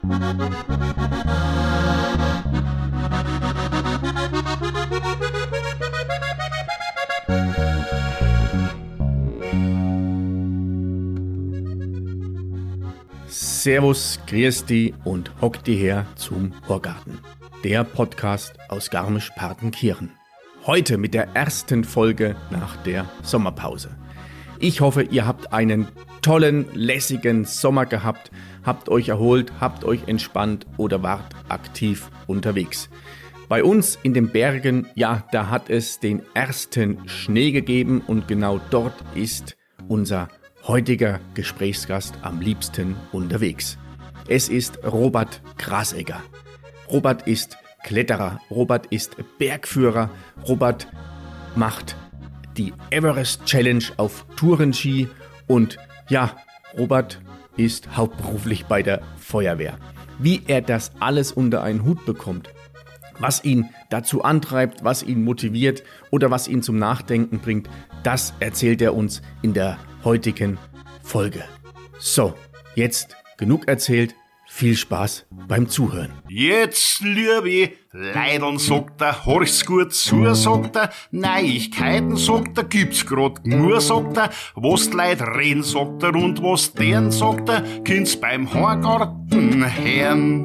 Servus, grüß die und hock die her zum Horgarten, der Podcast aus Garmisch-Partenkirchen. Heute mit der ersten Folge nach der Sommerpause. Ich hoffe, ihr habt einen tollen, lässigen Sommer gehabt, habt euch erholt, habt euch entspannt oder wart aktiv unterwegs. Bei uns in den Bergen, ja, da hat es den ersten Schnee gegeben und genau dort ist unser heutiger Gesprächsgast am liebsten unterwegs. Es ist Robert Grasegger. Robert ist Kletterer, Robert ist Bergführer, Robert macht die Everest Challenge auf Tourenski und ja, Robert ist hauptberuflich bei der Feuerwehr. Wie er das alles unter einen Hut bekommt, was ihn dazu antreibt, was ihn motiviert oder was ihn zum Nachdenken bringt, das erzählt er uns in der heutigen Folge. So, jetzt genug erzählt, viel Spaß beim Zuhören. Jetzt, liebe Leidl, sagt er, horch's gut zu, sagt er, Neuigkeiten, sagt er, gibt's grad nur, sagt er, was die Leute reden, sagt er, und was deren, sagt er, kind's beim Horgarten hören.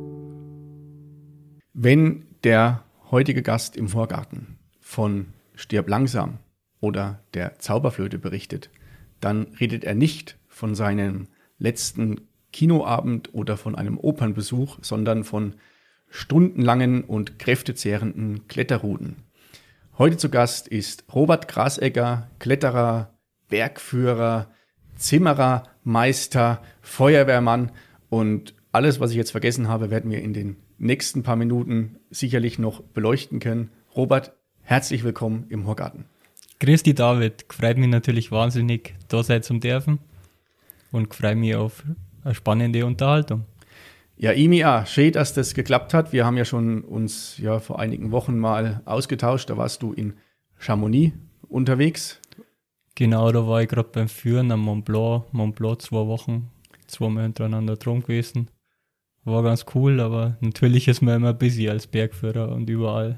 Wenn der heutige Gast im Horgarten von Stirb langsam oder der Zauberflöte berichtet, dann redet er nicht von seinem letzten Kinoabend oder von einem Opernbesuch, sondern von stundenlangen und kräftezehrenden Kletterrouten. Heute zu Gast ist Robert Grasegger, Kletterer, Bergführer, Zimmerer, Meister, Feuerwehrmann und alles, was ich jetzt vergessen habe, werden wir in den nächsten paar Minuten sicherlich noch beleuchten können. Robert, herzlich willkommen im Horgarten. Grüß dich, David. Freut mich natürlich wahnsinnig, da sein zu dürfen und freue mich auf eine spannende Unterhaltung. Ja, Imi, schön, dass das geklappt hat. Wir haben ja schon uns vor einigen Wochen mal ausgetauscht. Da warst du in Chamonix unterwegs. Genau, da war ich gerade beim Führen am Mont Blanc 2 Wochen, 2 Mal hintereinander drum gewesen. War ganz cool, aber natürlich ist man immer busy als Bergführer und überall.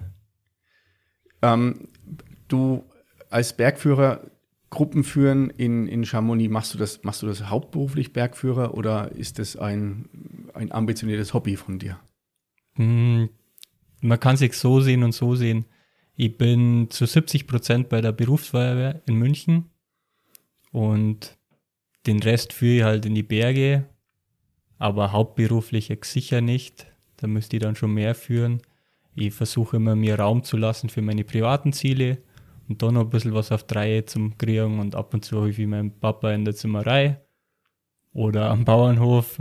Du als Bergführer Gruppen führen in Chamonix, machst du das hauptberuflich Bergführer oder ist das ein ambitioniertes Hobby von dir? Man kann sich so sehen und so sehen. Ich bin zu 70% bei der Berufsfeuerwehr in München und den Rest führe ich halt in die Berge, aber hauptberuflich sicher nicht. Da müsste ich dann schon mehr führen. Ich versuche immer, mir Raum zu lassen für meine privaten Ziele und dann noch ein bisschen was auf die Reihe zum kriegen und ab und zu helfe ich meinem Papa in der Zimmerei oder am Bauernhof.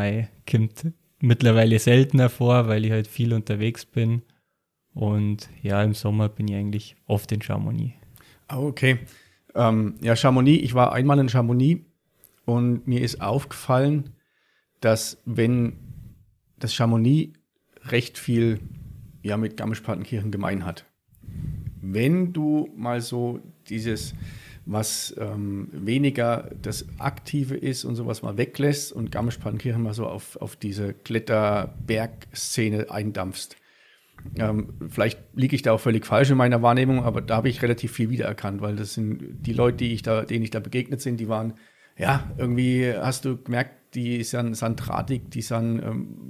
Kommt mittlerweile seltener vor, weil ich halt viel unterwegs bin und ja, im Sommer bin ich eigentlich oft in Chamonix. Okay. Chamonix, ich war einmal in Chamonix und mir ist aufgefallen, dass wenn das Chamonix recht viel mit Garmisch-Partenkirchen gemein hat. Wenn du mal so dieses, was weniger das Aktive ist und sowas mal weglässt und Garmisch-Partenkirchen mal so auf diese Kletter-Berg-Szene eindampfst. Vielleicht liege ich da auch völlig falsch in meiner Wahrnehmung, aber da habe ich relativ viel wiedererkannt, weil das sind die Leute, denen ich da begegnet bin, die waren, irgendwie hast du gemerkt, die sind drahtig, die sind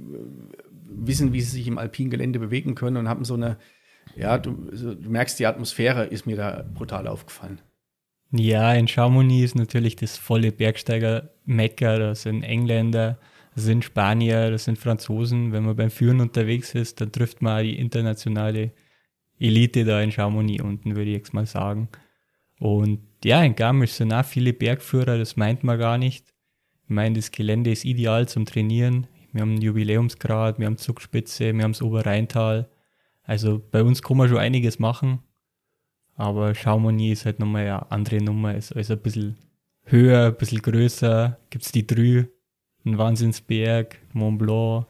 wissen, wie sie sich im alpinen Gelände bewegen können und haben so eine, du merkst, die Atmosphäre ist mir da brutal aufgefallen. Ja, in Chamonix ist natürlich das volle Bergsteiger-Mekka, da sind Engländer, da sind Spanier, da sind Franzosen. Wenn man beim Führen unterwegs ist, dann trifft man auch die internationale Elite da in Chamonix unten, würde ich jetzt mal sagen. Und ja, in Garmisch sind auch viele Bergführer, das meint man gar nicht. Ich meine, das Gelände ist ideal zum Trainieren. Wir haben einen Jubiläumsgrat, wir haben Zugspitze, wir haben das Oberrheintal. Also bei uns kann man schon einiges machen, aber Chamonix ist halt nochmal eine andere Nummer, ist also ein bisschen höher, ein bisschen größer. Gibt es die Drü, ein Wahnsinnsberg, Mont Blanc,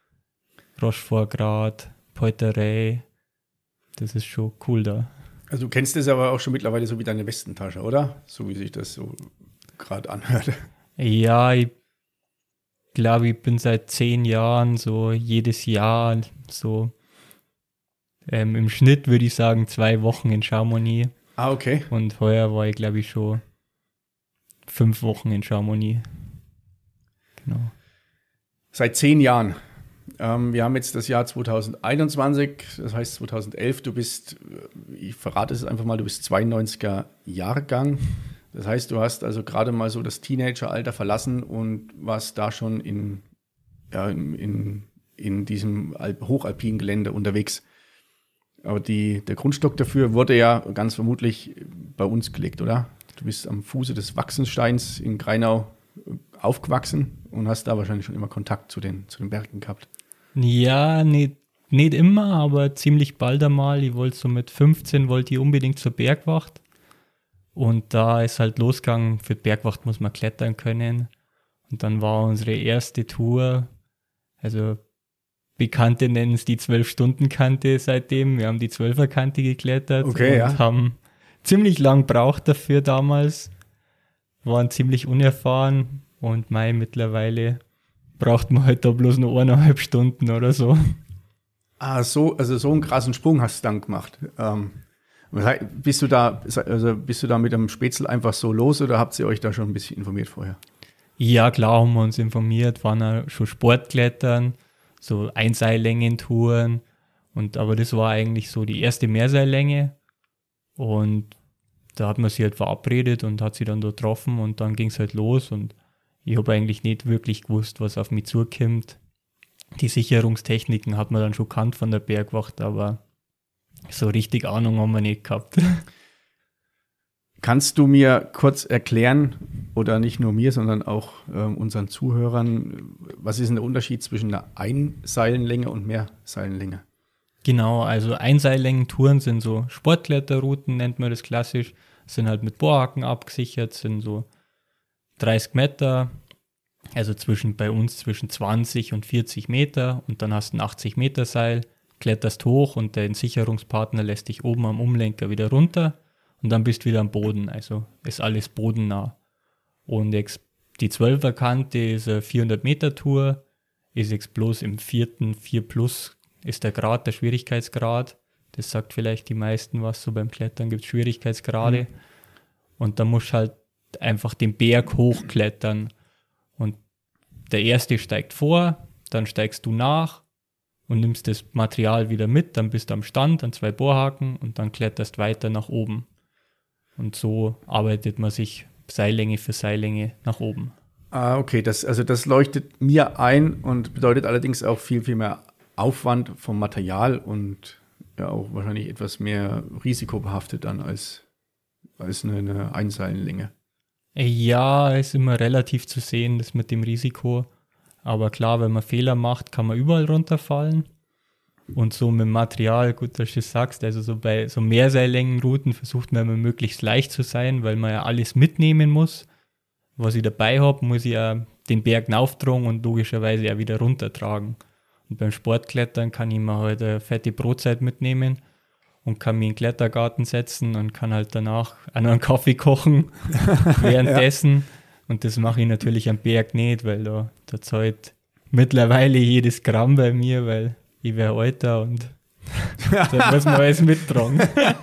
Rochefort-Grat, Poitrey. Das ist schon cool da. Also du kennst das aber auch schon mittlerweile so wie deine Westentasche, oder? So wie sich das so gerade anhört. Ja, glaube, ich bin seit 10 Jahren so jedes Jahr so im Schnitt würde ich sagen 2 Wochen in Chamonix. Ah, okay. Und heuer war ich, glaube ich, schon 5 Wochen in Chamonix. Genau. Seit 10 Jahren. Wir haben jetzt das Jahr 2021, das heißt 2011. Du bist, ich verrate es einfach mal, du bist 92er Jahrgang. Das heißt, du hast also gerade mal so das Teenageralter verlassen und warst da schon in diesem hochalpinen Gelände unterwegs. Aber der Grundstock dafür wurde ja ganz vermutlich bei uns gelegt, oder? Du bist am Fuße des Wachsensteins in Greinau aufgewachsen und hast da wahrscheinlich schon immer Kontakt zu den Bergen gehabt. Ja, nicht immer, aber ziemlich bald einmal. Ich wollte so mit 15 wollte ich unbedingt zur Bergwacht. Und da ist halt losgegangen, für die Bergwacht muss man klettern können. Und dann war unsere erste Tour, also Bekannte nennen es die 12-Stunden-Kante seitdem. Wir haben die 12er-Kante geklettert und haben ziemlich lang gebraucht dafür damals. Waren ziemlich unerfahren und mittlerweile braucht man halt da bloß noch 1,5 Stunden oder so. So einen krassen Sprung hast du dann gemacht. Bist du da mit dem Spätzle einfach so los oder habt ihr euch da schon ein bisschen informiert vorher? Ja, klar haben wir uns informiert, waren auch schon Sportklettern, so Einseillängen-Touren. Aber das war eigentlich so die erste Mehrseillänge. Und da hat man sich halt verabredet und hat sie dann da getroffen und dann ging es halt los. Und ich habe eigentlich nicht wirklich gewusst, was auf mich zukommt. Die Sicherungstechniken hat man dann schon kannt von der Bergwacht, aber so richtig Ahnung haben wir nicht gehabt. Kannst du mir kurz erklären, oder nicht nur mir, sondern auch unseren Zuhörern, was ist denn der Unterschied zwischen einer Einseilenlänge und Mehrseillenlänge? Genau, also Einseillängen-Touren sind so Sportkletterrouten, nennt man das klassisch, sind halt mit Bohrhaken abgesichert, sind so 30 Meter, also bei uns zwischen 20 und 40 Meter und dann hast du ein 80 Meter Seil, kletterst hoch und dein Sicherungspartner lässt dich oben am Umlenker wieder runter und dann bist du wieder am Boden, also ist alles bodennah. Und die 12er-Kante ist eine 400-Meter-Tour, ist jetzt bloß im 4. 4+ ist der Grad, der Schwierigkeitsgrad. Das sagt vielleicht die meisten was, so beim Klettern gibt es Schwierigkeitsgrade. Und da musst du halt einfach den Berg hochklettern. Und der erste steigt vor, dann steigst du nach und nimmst das Material wieder mit, dann bist du am Stand an 2 Bohrhaken und dann kletterst weiter nach oben. Und so arbeitet man sich Seillänge für Seillänge nach oben. Ah, okay, das leuchtet mir ein und bedeutet allerdings auch viel, viel mehr Aufwand vom Material und ja auch wahrscheinlich etwas mehr risikobehaftet dann als eine Einseilenlänge. Ja, ist immer relativ zu sehen, das mit dem Risiko. Aber klar, wenn man Fehler macht, kann man überall runterfallen. Und so mit dem Material, gut, dass du es sagst, also so bei so Mehrseillängenrouten versucht man immer möglichst leicht zu sein, weil man ja alles mitnehmen muss. Was ich dabei habe, muss ich ja den Berg rauftragen und logischerweise ja wieder runtertragen. Und beim Sportklettern kann ich mir halt eine fette Brotzeit mitnehmen und kann mich in den Klettergarten setzen und kann halt danach auch noch einen Kaffee kochen währenddessen. Ja. Und das mache ich natürlich am Berg nicht, weil da zahlt mittlerweile jedes Gramm bei mir, weil ich wäre älter und da muss man alles mittragen.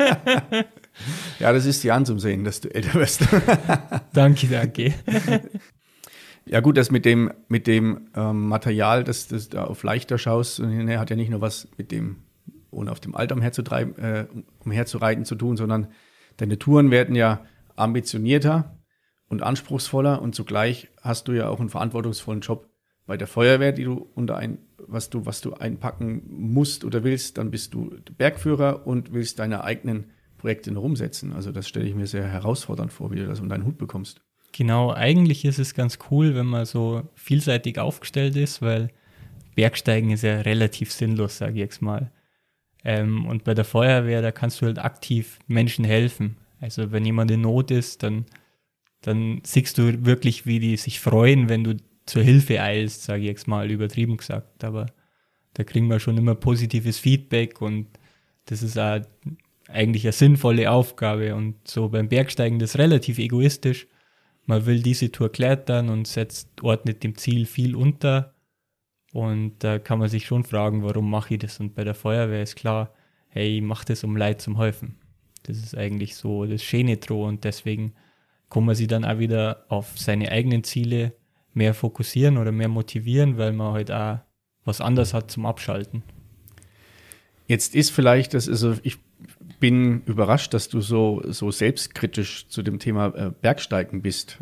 Ja, das ist dir anzusehen, dass du älter wirst. Danke. Ja gut, das mit dem Material, dass du da auf leichter schaust, hat ja nicht nur was mit dem, ohne auf dem Alter umherzureiten zu tun, sondern deine Touren werden ja ambitionierter und anspruchsvoller und zugleich hast du ja auch einen verantwortungsvollen Job bei der Feuerwehr, die du was du einpacken musst oder willst, dann bist du Bergführer und willst deine eigenen Projekte noch umsetzen. Also das stelle ich mir sehr herausfordernd vor, wie du das unter deinen Hut bekommst. Genau, eigentlich ist es ganz cool, wenn man so vielseitig aufgestellt ist, weil Bergsteigen ist ja relativ sinnlos, sage ich jetzt mal. Und bei der Feuerwehr, da kannst du halt aktiv Menschen helfen. Also wenn jemand in Not ist, dann siehst du wirklich, wie die sich freuen, wenn du zur Hilfe eilst, sage ich jetzt mal, übertrieben gesagt. Aber da kriegen wir schon immer positives Feedback und das ist auch eigentlich eine sinnvolle Aufgabe. Und so beim Bergsteigen, das ist relativ egoistisch. man will diese Tour klettern und ordnet dem Ziel viel unter. Und da kann man sich schon fragen, warum mache ich das? Und bei der Feuerwehr ist klar, hey, ich mache das, um Leid zum Helfen. Das ist eigentlich so das Schöne dran und deswegen kann man sich dann auch wieder auf seine eigenen Ziele mehr fokussieren oder mehr motivieren, weil man halt auch was anderes hat zum Abschalten. Jetzt ist vielleicht, ich bin überrascht, dass du so selbstkritisch zu dem Thema Bergsteigen bist.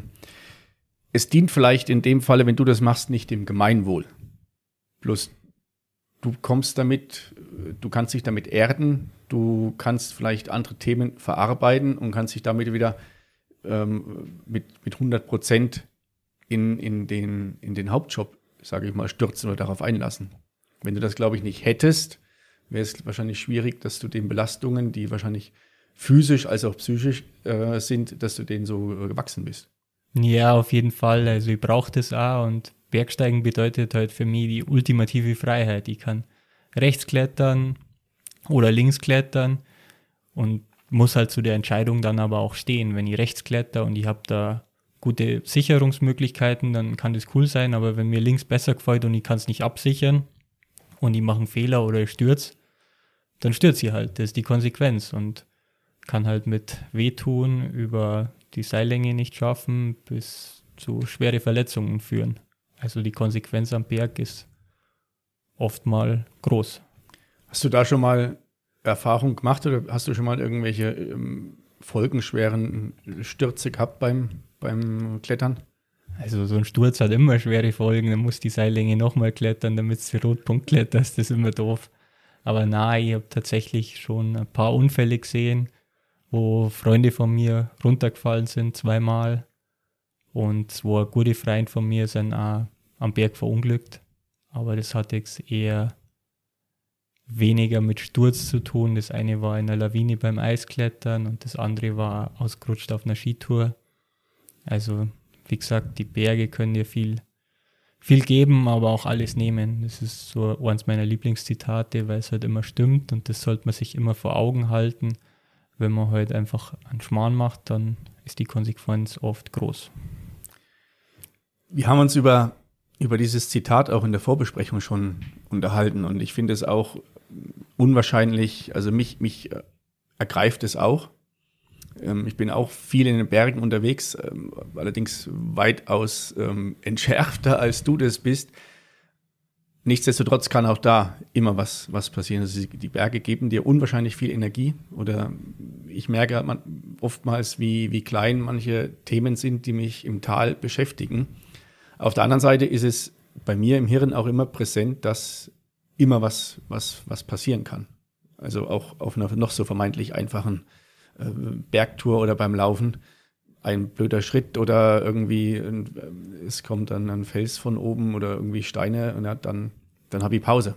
Es dient vielleicht in dem Falle, wenn du das machst, nicht dem Gemeinwohl. Bloß du kannst dich damit erden, du kannst vielleicht andere Themen verarbeiten und kannst dich damit wieder mit 100% in den Hauptjob, sage ich mal, stürzen oder darauf einlassen. Wenn du das, glaube ich, nicht hättest, wäre es wahrscheinlich schwierig, dass du den Belastungen, die wahrscheinlich physisch als auch psychisch sind, dass du denen so gewachsen bist. Ja, auf jeden Fall. Also ich brauche das auch und Bergsteigen bedeutet halt für mich die ultimative Freiheit. Ich kann rechts klettern oder links klettern und muss halt zu der Entscheidung dann aber auch stehen. Wenn ich rechts kletter und ich habe da gute Sicherungsmöglichkeiten, dann kann das cool sein, aber wenn mir links besser gefällt und ich kann es nicht absichern und ich mache einen Fehler oder ich stürze, dann stürze ich halt. Das ist die Konsequenz und kann halt mit Wehtun über die Seillänge nicht schaffen bis zu schwere Verletzungen führen. Also die Konsequenz am Berg ist oft mal groß. Hast du da schon mal Erfahrung gemacht oder hast du schon mal irgendwelche folgenschweren Stürze gehabt beim Klettern? Also so ein Sturz hat immer schwere Folgen, dann muss die Seillänge nochmal klettern, damit du den Rotpunkt kletterst, das ist immer doof. Aber nein, ich habe tatsächlich schon ein paar Unfälle gesehen, wo Freunde von mir runtergefallen sind, 2-mal. Und 2 gute Freunde von mir sind auch am Berg verunglückt. Aber das hat jetzt eher weniger mit Sturz zu tun. Das eine war in einer Lawine beim Eisklettern und das andere war ausgerutscht auf einer Skitour. Also, wie gesagt, die Berge können dir viel geben, aber auch alles nehmen. Das ist so eins meiner Lieblingszitate, weil es halt immer stimmt und das sollte man sich immer vor Augen halten. Wenn man halt einfach einen Schmarrn macht, dann ist die Konsequenz oft groß. Wir haben uns über dieses Zitat auch in der Vorbesprechung schon unterhalten und ich finde es auch unwahrscheinlich, also mich ergreift es auch. Ich bin auch viel in den Bergen unterwegs, allerdings weitaus entschärfter als du das bist. Nichtsdestotrotz kann auch da immer was passieren. Also die Berge geben dir unwahrscheinlich viel Energie oder ich merke oftmals, wie klein manche Themen sind, die mich im Tal beschäftigen. Auf der anderen Seite ist es bei mir im Hirn auch immer präsent, dass immer was passieren kann. Also auch auf einer noch so vermeintlich einfachen Bergtour oder beim Laufen. Ein blöder Schritt oder irgendwie es kommt dann ein Fels von oben oder irgendwie Steine und ja, dann habe ich Pause.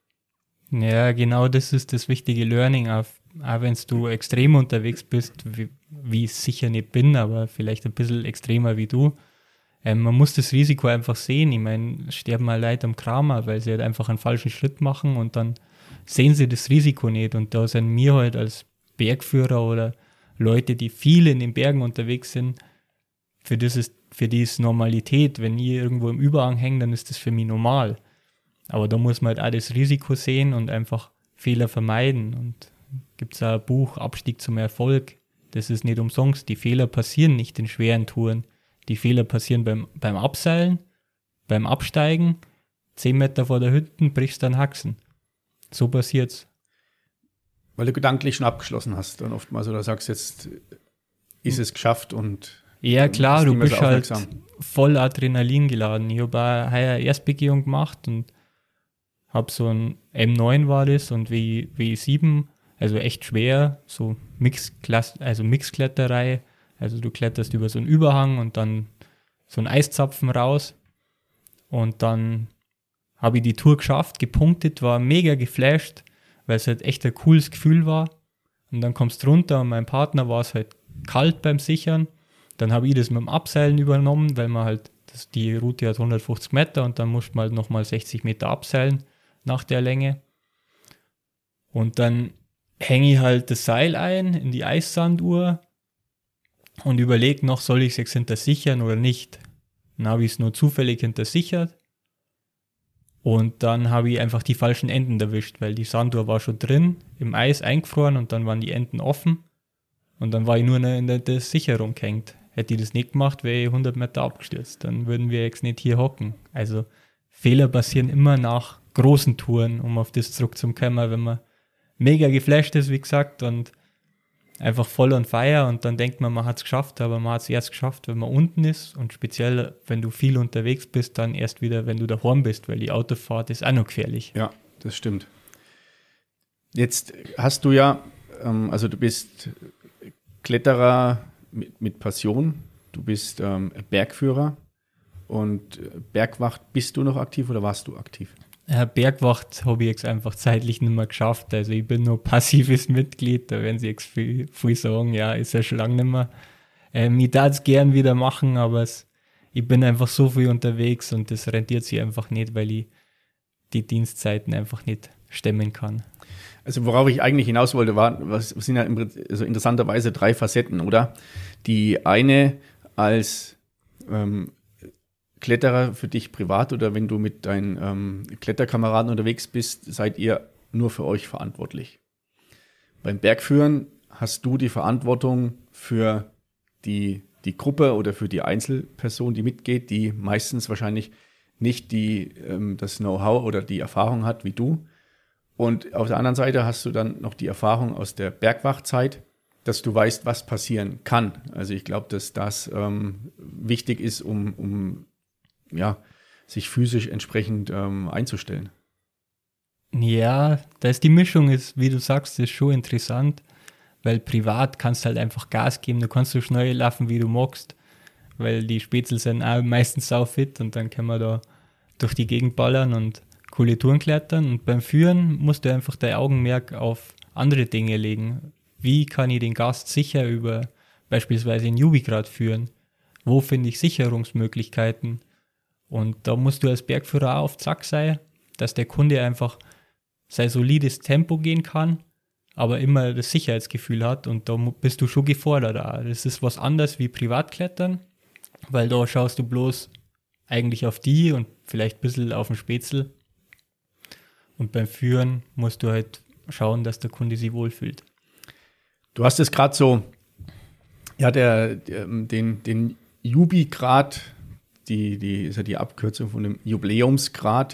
Ja, genau das ist das wichtige Learning. Auch wenn du extrem unterwegs bist, wie ich sicher nicht bin, aber vielleicht ein bisschen extremer wie du. Man muss das Risiko einfach sehen. Ich meine, sterben mal Leute am Kramer, weil sie halt einfach einen falschen Schritt machen und dann sehen sie das Risiko nicht. Und da sind wir halt als Bergführer oder Leute, die viel in den Bergen unterwegs sind, für die ist Normalität. Wenn ich irgendwo im Überhang hänge, dann ist das für mich normal. Aber da muss man halt auch das Risiko sehen und einfach Fehler vermeiden. Und gibt es auch ein Buch, Abstieg zum Erfolg. Das ist nicht umsonst. Die Fehler passieren nicht in schweren Touren. Die Fehler passieren beim Abseilen, beim Absteigen, 10 Meter vor der Hütte brichst du einen Haxen. So passiert's. Weil du gedanklich schon abgeschlossen hast dann oftmals oder sagst, jetzt ist es geschafft und ja klar, du bist halt voll Adrenalin geladen. Ich habe auch heuer Erstbegehung gemacht und habe so ein M9 war das und W7, also echt schwer, so Mixkletterei. Also du kletterst über so einen Überhang und dann so einen Eiszapfen raus und dann habe ich die Tour geschafft, gepunktet, war mega geflasht, weil es halt echt ein cooles Gefühl war. Und dann kommst du runter und mein Partner war es halt kalt beim Sichern. Dann habe ich das mit dem Abseilen übernommen, weil man halt, die Route hat 150 Meter und dann musst man halt nochmal 60 Meter abseilen nach der Länge. Und dann hänge ich halt das Seil ein in die Eissanduhr und überlege noch, soll ich es jetzt hintersichern oder nicht. Dann habe ich es nur zufällig hintersichert und dann habe ich einfach die falschen Enden erwischt, weil die Sanduhr war schon drin, im Eis eingefroren und dann waren die Enden offen und dann war ich nur in der Sicherung gehängt. Hätte ich das nicht gemacht, wäre ich 100 Meter abgestürzt. Dann würden wir jetzt nicht hier hocken. Also Fehler passieren immer nach großen Touren, um auf das zurückzukommen, wenn man mega geflasht ist, wie gesagt, und einfach voll on fire und dann denkt man hat es geschafft, aber man hat es erst geschafft, wenn man unten ist und speziell, wenn du viel unterwegs bist, dann erst wieder, wenn du daheim bist, weil die Autofahrt ist auch noch gefährlich. Ja, das stimmt. Jetzt hast du ja, also du bist Kletterer mit Passion, du bist Bergführer und Bergwacht, bist du noch aktiv oder warst du aktiv? Bergwacht habe ich jetzt einfach zeitlich nicht mehr geschafft. Also ich bin nur passives Mitglied, da werden sie jetzt viel sagen, ja, ist ja schon lange nicht mehr. Ich darf es gern wieder machen, aber ich bin einfach so viel unterwegs und das rentiert sich einfach nicht, weil ich die Dienstzeiten einfach nicht stemmen kann. Also worauf ich eigentlich hinaus wollte, sind ja also interessanterweise 3 Facetten, oder? Die eine als Kletterer für dich privat oder wenn du mit deinen Kletterkameraden unterwegs bist, seid ihr nur für euch verantwortlich. Beim Bergführen hast du die Verantwortung für die Gruppe oder für die Einzelperson, die mitgeht, die meistens wahrscheinlich nicht das Know-how oder die Erfahrung hat wie du. Und auf der anderen Seite hast du dann noch die Erfahrung aus der Bergwachtzeit, dass du weißt, was passieren kann. Also ich glaube, dass das wichtig ist, um sich physisch entsprechend einzustellen. Ja, da ist die Mischung, wie du sagst, ist schon interessant, weil privat kannst du halt einfach Gas geben, du kannst so schnell laufen, wie du magst, weil die Spätzle sind auch meistens sau fit und dann kann man da durch die Gegend ballern und coole Touren klettern und beim Führen musst du einfach dein Augenmerk auf andere Dinge legen. Wie kann ich den Gast sicher über beispielsweise ein Jubigrad führen? Wo finde ich Sicherungsmöglichkeiten? Und da musst du als Bergführer auch auf Zack sein, dass der Kunde einfach sein solides Tempo gehen kann, aber immer das Sicherheitsgefühl hat und da bist du schon gefordert. Das ist was anderes wie Privatklettern, weil da schaust du bloß eigentlich auf die und vielleicht ein bisschen auf den Spätzl. Und beim Führen musst du halt schauen, dass der Kunde sich wohlfühlt. Du hast es gerade so, ja, den Jubigrad, die ist ja die Abkürzung von dem Jubiläumsgrad.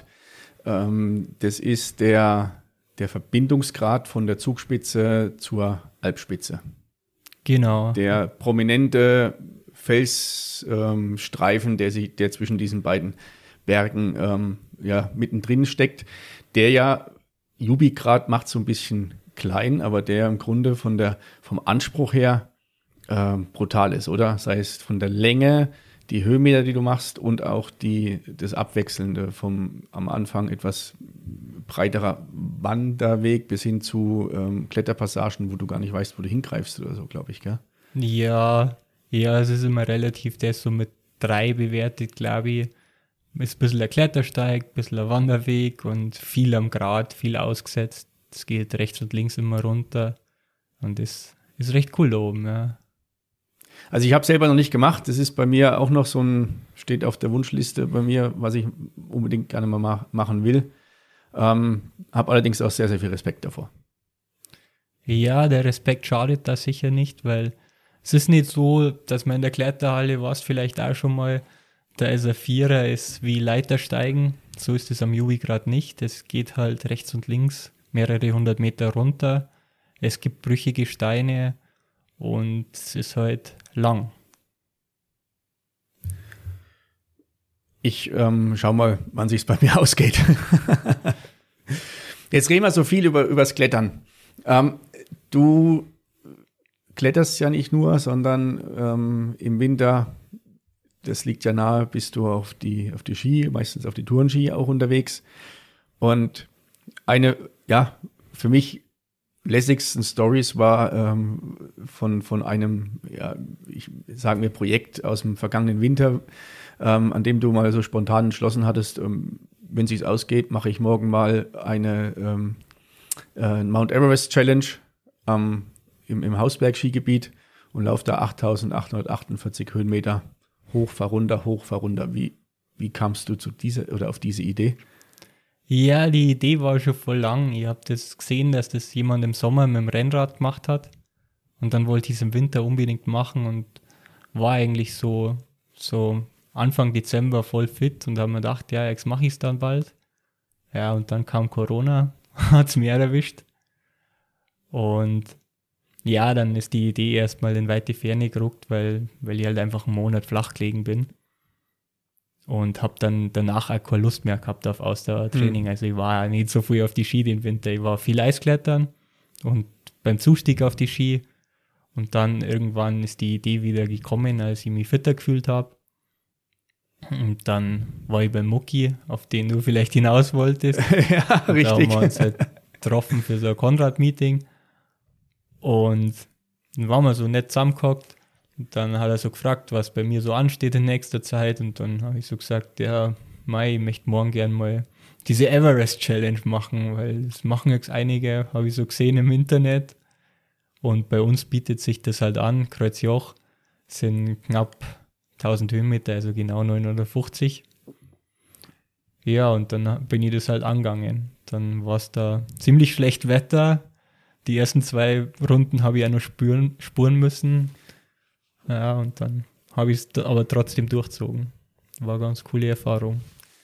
Das ist der Verbindungsgrad von der Zugspitze zur Alpspitze. Genau. Der prominente Felsstreifen, der zwischen diesen beiden Bergen mittendrin steckt, der ja Jubigrad macht so ein bisschen klein, aber der im Grunde vom Anspruch her brutal ist, oder? Sei es von der Länge, die Höhenmeter, die du machst und auch das Abwechselnde am Anfang etwas breiterer Wanderweg bis hin zu Kletterpassagen, wo du gar nicht weißt, wo du hingreifst oder so, glaube ich, gell? Ja, es ist immer relativ, das so mit 3 bewertet, glaube ich. Ist ein bisschen ein Klettersteig, ein bisschen ein Wanderweg und viel am Grat, viel ausgesetzt. Es geht rechts und links immer runter und ist recht cool da oben, ja. Also ich habe selber noch nicht gemacht. Das ist bei mir auch noch steht auf der Wunschliste bei mir, was ich unbedingt gerne mal machen will. Habe allerdings auch sehr, sehr viel Respekt davor. Ja, der Respekt schadet da sicher nicht, weil es ist nicht so, dass man in der Kletterhalle warst, vielleicht auch schon mal, da ist ein Vierer, ist wie Leitersteigen. So ist es am Jubigrad nicht. Es geht halt rechts und links mehrere 100 Meter runter. Es gibt brüchige Steine und es ist halt lang. Ich schau mal, wann sich's bei mir ausgeht. Jetzt reden wir so viel übers Klettern. Du kletterst ja nicht nur, sondern im Winter, das liegt ja nahe, bist du auf die Ski, meistens auf die Tourenski auch unterwegs. Und eine, ja, für mich lässigsten Stories war von einem, ja, ich sage mir Projekt aus dem vergangenen Winter, an dem du mal so spontan entschlossen hattest, wenn es sich ausgeht, mache ich morgen mal eine Mount Everest Challenge im Hausberg-Skigebiet und laufe da 8.848 Höhenmeter hoch, fahr runter, hoch, fahr runter. Wie kamst du zu dieser oder auf diese Idee? Ja, die Idee war schon voll lang. Ich habe das gesehen, dass das jemand im Sommer mit dem Rennrad gemacht hat. Und dann wollte ich es im Winter unbedingt machen und war eigentlich so Anfang Dezember voll fit und habe mir gedacht, ja, jetzt mache ich es dann bald. Ja, und dann kam Corona, hat es mir erwischt. Und ja, dann ist die Idee erstmal in weite Ferne gerückt, weil ich halt einfach einen Monat flach gelegen bin. Und habe dann danach auch keine Lust mehr gehabt auf Ausdauertraining. Also ich war nicht so viel auf die Ski den Winter. Ich war viel Eisklettern und beim Zustieg auf die Ski. Und dann irgendwann ist die Idee wieder gekommen, als ich mich fitter gefühlt habe. Und dann war ich beim Mucki, auf den du vielleicht hinaus wolltest. Ja, und richtig. da haben wir uns halt getroffen für so ein Konrad-Meeting. Und dann waren wir so nett zusammengehockt. Und dann hat er so gefragt, was bei mir so ansteht in nächster Zeit. Und dann habe ich so gesagt, ja, Mai, ich möchte morgen gerne mal diese Everest-Challenge machen, weil das machen jetzt einige, habe ich so gesehen im Internet. Und bei uns bietet sich das halt an. Kreuzjoch sind knapp 1000 Höhenmeter, also genau 950. Ja, und dann bin ich das halt angegangen. Dann war es da ziemlich schlecht Wetter. Die ersten 2 Runden habe ich auch noch spuren müssen. Ja, und dann habe ich es aber trotzdem durchzogen. War eine ganz coole Erfahrung.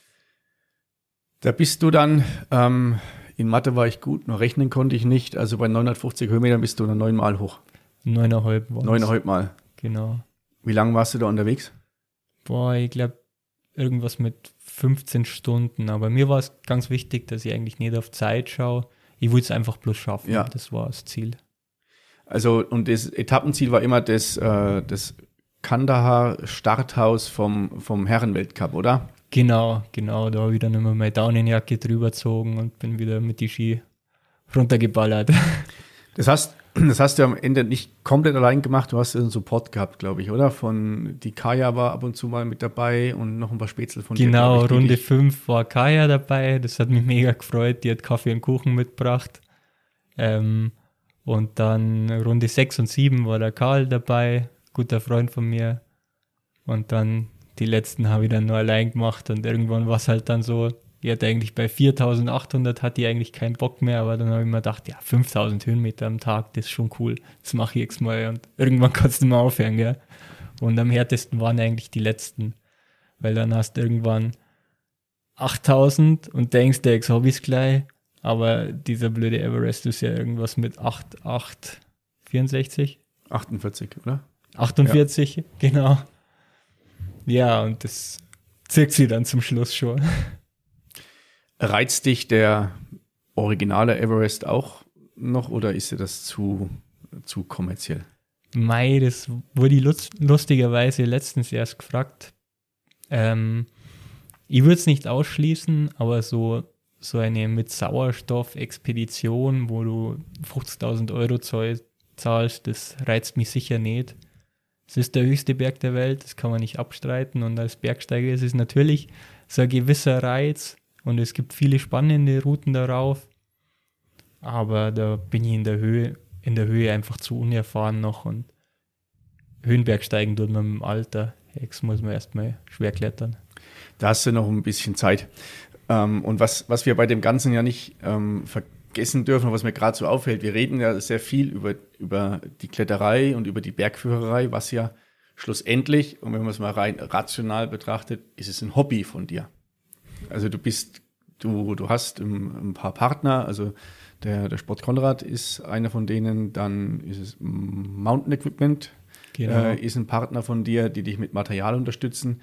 Da bist du dann, in Mathe war ich gut, noch rechnen konnte ich nicht. Also bei 950 Höhenmetern bist du dann 9-mal hoch. 9,5 war 9,5 Mal. Genau. Wie lange warst du da unterwegs? Boah, ich glaube, irgendwas mit 15 Stunden. Aber mir war es ganz wichtig, dass ich eigentlich nicht auf Zeit schaue. Ich wollte es einfach bloß schaffen. Ja. Das war das Ziel. Also, und das Etappenziel war immer das Kandahar-Starthaus vom Herrenweltcup, oder? Genau. Da habe ich dann immer meine Daunenjacke drüber gezogen und bin wieder mit die Ski runtergeballert. Das hast du am Ende nicht komplett allein gemacht, du hast einen Support gehabt, glaube ich, oder? Die Kaya war ab und zu mal mit dabei und noch ein paar Spätzle von dir. Genau, Runde 5 war Kaya dabei, das hat mich mega gefreut, die hat Kaffee und Kuchen mitgebracht. Und dann Runde 6 und 7 war der Karl dabei, guter Freund von mir. Und dann die letzten habe ich dann nur allein gemacht und irgendwann war es halt dann so, ich hatte eigentlich bei 4.800 hatte ich eigentlich keinen Bock mehr, aber dann habe ich mir gedacht, ja, 5.000 Höhenmeter am Tag, das ist schon cool, das mache ich jetzt mal und irgendwann kannst du mal aufhören, gell? Und am härtesten waren eigentlich die letzten, weil dann hast du irgendwann 8.000 und denkst, jetzt habe ich es gleich, aber dieser blöde Everest ist ja irgendwas mit 64? 48, oder? 48, ja. Genau. Ja, und das zirkt sie dann zum Schluss schon. Reizt dich der originale Everest auch noch oder ist dir das zu kommerziell? Mei, das wurde ich lustigerweise letztens erst gefragt. Ich würde es nicht ausschließen, aber so eine mit Sauerstoff-Expedition, wo du 50.000 Euro zahlst, das reizt mich sicher nicht. Es ist der höchste Berg der Welt, das kann man nicht abstreiten und als Bergsteiger ist es natürlich so ein gewisser Reiz und es gibt viele spannende Routen darauf, aber da bin ich in der Höhe einfach zu unerfahren noch und Höhenbergsteigen tut man im Alter, jetzt muss man erstmal schwer klettern. Da hast du noch ein bisschen Zeit. Und was wir bei dem Ganzen ja nicht vergessen dürfen, was mir gerade so auffällt, wir reden ja sehr viel über die Kletterei und über die Bergführerei, was ja schlussendlich, und wenn man es mal rein rational betrachtet, ist es ein Hobby von dir. Also du hast ein paar Partner, also der Sport Konrad ist einer von denen, dann ist es Mountain Equipment, Genau. ist ein Partner von dir, die dich mit Material unterstützen.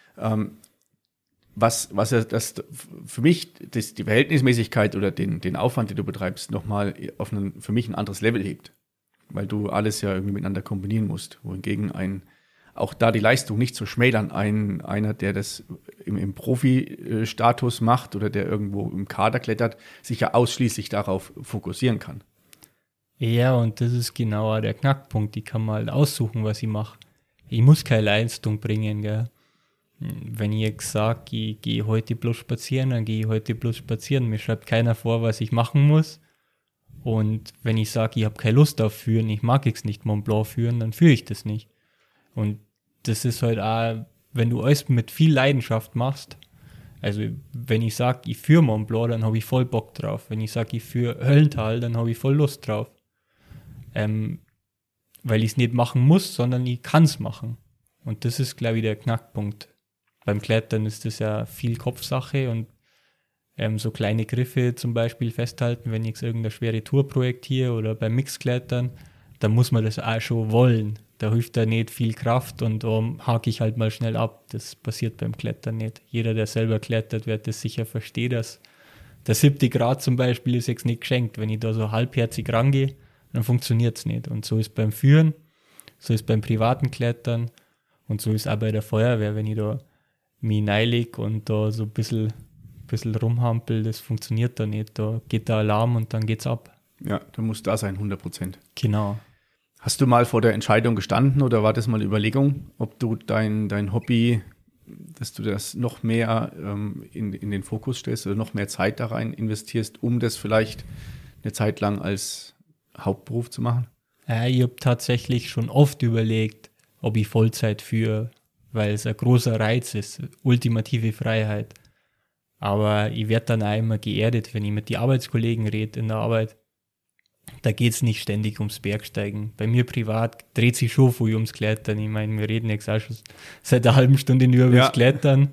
Was das für mich die Verhältnismäßigkeit oder den Aufwand, den du betreibst, nochmal auf für mich ein anderes Level hebt. Weil du alles ja irgendwie miteinander kombinieren musst. Wohingegen auch da die Leistung nicht zu schmälern, einer, der das im Profi-Status macht oder der irgendwo im Kader klettert, sich ja ausschließlich darauf fokussieren kann. Ja, und das ist genau der Knackpunkt. Ich kann mal aussuchen, was ich mache. Ich muss keine Leistung bringen, gell. Wenn ich jetzt sage, ich gehe heute bloß spazieren, dann gehe ich heute bloß spazieren. Mir schreibt keiner vor, was ich machen muss. Und wenn ich sage, ich habe keine Lust auf Führen, ich mag es nicht Mont Blanc führen, dann führe ich das nicht. Und das ist halt auch, wenn du alles mit viel Leidenschaft machst, also wenn ich sage, ich führe Mont Blanc, dann habe ich voll Bock drauf. Wenn ich sage, ich führe Höllental, dann habe ich voll Lust drauf. Weil ich es nicht machen muss, sondern ich kann es machen. Und das ist, glaube ich, der Knackpunkt. Beim Klettern ist das ja viel Kopfsache und so kleine Griffe zum Beispiel festhalten, wenn ich jetzt irgendeine schwere Tour projektiere oder beim Mixklettern, dann muss man das auch schon wollen. Da hilft da nicht viel Kraft und hake ich halt mal schnell ab. Das passiert beim Klettern nicht. Jeder, der selber klettert, wird das sicher verstehen, dass der 7. Grad zum Beispiel ist jetzt nicht geschenkt. Wenn ich da so halbherzig rangehe, dann funktioniert es nicht. Und so ist beim Führen, so ist beim privaten Klettern und so ist auch bei der Feuerwehr, wenn ich da mich reinlege und da so ein bisschen rumhampel, das funktioniert da nicht. Da geht der Alarm und dann geht's ab. Ja, da muss da sein, 100%. Genau. Hast du mal vor der Entscheidung gestanden oder war das mal eine Überlegung, ob du dein Hobby, dass du das noch mehr in den Fokus stellst oder noch mehr Zeit da rein investierst, um das vielleicht eine Zeit lang als Hauptberuf zu machen? Ja, ich habe tatsächlich schon oft überlegt, ob ich Vollzeit führe, weil es ein großer Reiz ist, ultimative Freiheit. Aber ich werde dann auch immer geerdet, wenn ich mit den Arbeitskollegen rede in der Arbeit. Da geht es nicht ständig ums Bergsteigen. Bei mir privat dreht sich schon viel ums Klettern. Ich meine, wir reden jetzt auch schon seit einer halben Stunde nur über das Klettern.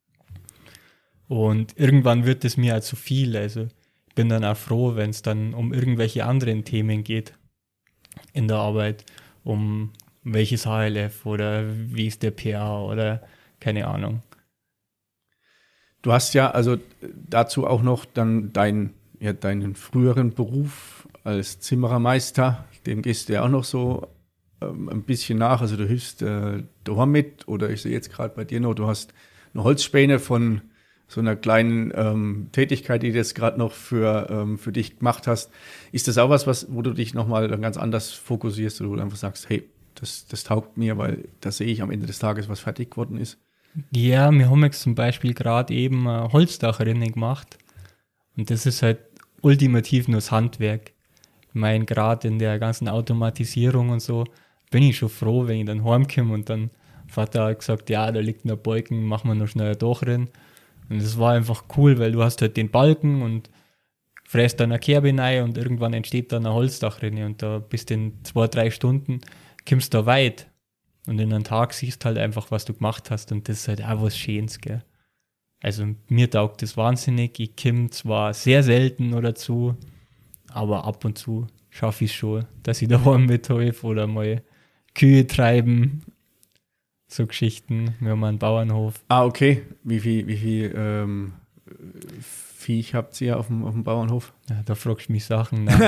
Und irgendwann wird es mir auch zu viel. Also ich bin dann auch froh, wenn es dann um irgendwelche anderen Themen geht in der Arbeit. Um welches HLF oder wie ist der PA oder keine Ahnung. Du hast ja also dazu auch noch dann deinen früheren Beruf als Zimmerermeister, dem gehst du ja auch noch so ein bisschen nach. Also du hilfst daheim mit oder ich sehe jetzt gerade bei dir noch, du hast eine Holzspäne von so einer kleinen Tätigkeit, die du jetzt gerade noch für dich gemacht hast. Ist das auch was, wo du dich nochmal dann ganz anders fokussierst oder wo du einfach sagst, hey, das taugt mir, weil da sehe ich am Ende des Tages, was fertig geworden ist? Ja, wir haben jetzt zum Beispiel gerade eben ein Holzdachrinne gemacht und das ist halt ultimativ nur das Handwerk. Ich meine, gerade in der ganzen Automatisierung und so bin ich schon froh, wenn ich dann heimkomme und dann Vater hat gesagt, ja, da liegt noch ein Balken, machen wir noch schnell ein Dach rein. Und das war einfach cool, weil du hast halt den Balken und fräst dann eine Kerbe rein und irgendwann entsteht dann eine Holzdachrinne und da bist du in 2-3 Stunden, kommst da weit. Und in einem Tag siehst du halt einfach, was du gemacht hast und das ist halt auch was Schönes, gell. Also mir taugt das wahnsinnig. Ich komme zwar sehr selten nur dazu, aber ab und zu schaffe ich es schon, dass ich daheim mithelfe oder mal Kühe treiben. So Geschichten. Wir haben einen Bauernhof. Ah, okay. Wie viel Viech habt ihr auf dem Bauernhof? Ja, da fragst du mich Sachen. Nein,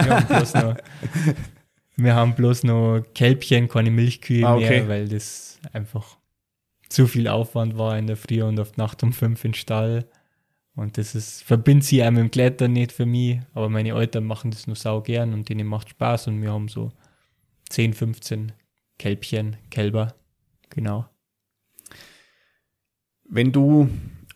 wir haben bloß noch Kälbchen, keine Milchkühe mehr, weil das einfach zu viel Aufwand war in der Früh und auf die Nacht um 5 in den Stall. Und das verbindet sich einem mit dem Klettern nicht für mich, aber meine Eltern machen das nur sau gern und denen macht Spaß und wir haben so 10, 15 Kälber, genau. Wenn du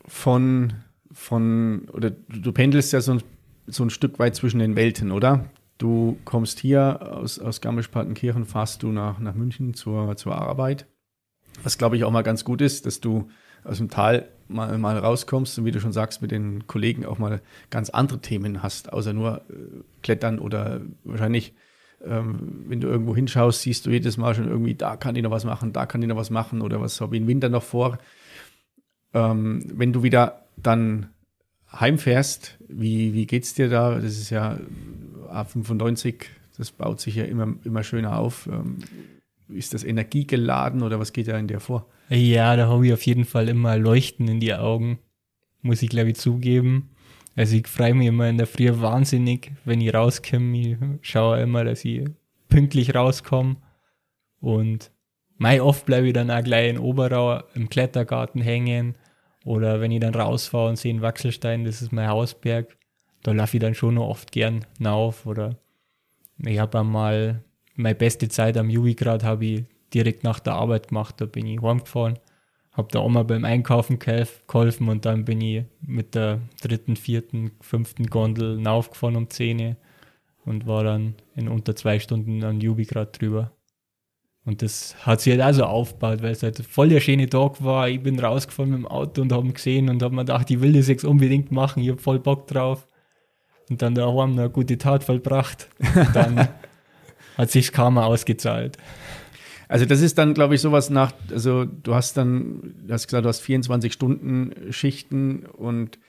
oder du pendelst ja so ein Stück weit zwischen den Welten, oder? Du kommst hier aus Garmisch-Partenkirchen, fahrst du nach München zur Arbeit. Was, glaube ich, auch mal ganz gut ist, dass du aus dem Tal mal rauskommst und wie du schon sagst, mit den Kollegen auch mal ganz andere Themen hast, außer nur Klettern oder wahrscheinlich, wenn du irgendwo hinschaust, siehst du jedes Mal schon irgendwie, da kann ich noch was machen, da kann ich noch was machen oder was habe ich im Winter noch vor. Wenn du wieder dann heimfährst, wie geht's dir da? Das ist ja A95, das baut sich ja immer schöner auf. Ist das energiegeladen oder was geht da in dir vor? Ja, da habe ich auf jeden Fall immer Leuchten in die Augen, muss ich glaube ich zugeben. Also ich freue mich immer in der Früh wahnsinnig, wenn ich rauskomme. Ich schaue immer, dass ich pünktlich rauskomme. Und oft bleibe ich dann auch gleich in Oberau im Klettergarten hängen. Oder wenn ich dann rausfahre und sehe einen Wachselstein, das ist mein Hausberg, da laufe ich dann schon noch oft gern rauf. Oder ich habe einmal meine beste Zeit am Jugendgrad habe ich direkt nach der Arbeit gemacht. Da bin ich heimgefahren, habe der Oma beim Einkaufen geholfen und dann bin ich mit der 3., 4., 5. Gondel raufgefahren um 10 Uhr und war dann in unter 2 Stunden an Jubigrad drüber. Und das hat sich halt auch so aufgebaut, weil es halt voll der schöne Tag war. Ich bin rausgefahren mit dem Auto und habe ihn gesehen und habe mir gedacht, ich will das jetzt unbedingt machen, ich habe voll Bock drauf. Und dann daheim noch eine gute Tat vollbracht. Dann hat sich's kaum ausgezahlt. Also das ist dann, glaube ich, sowas also du hast gesagt, du hast 24 Stunden Schichten und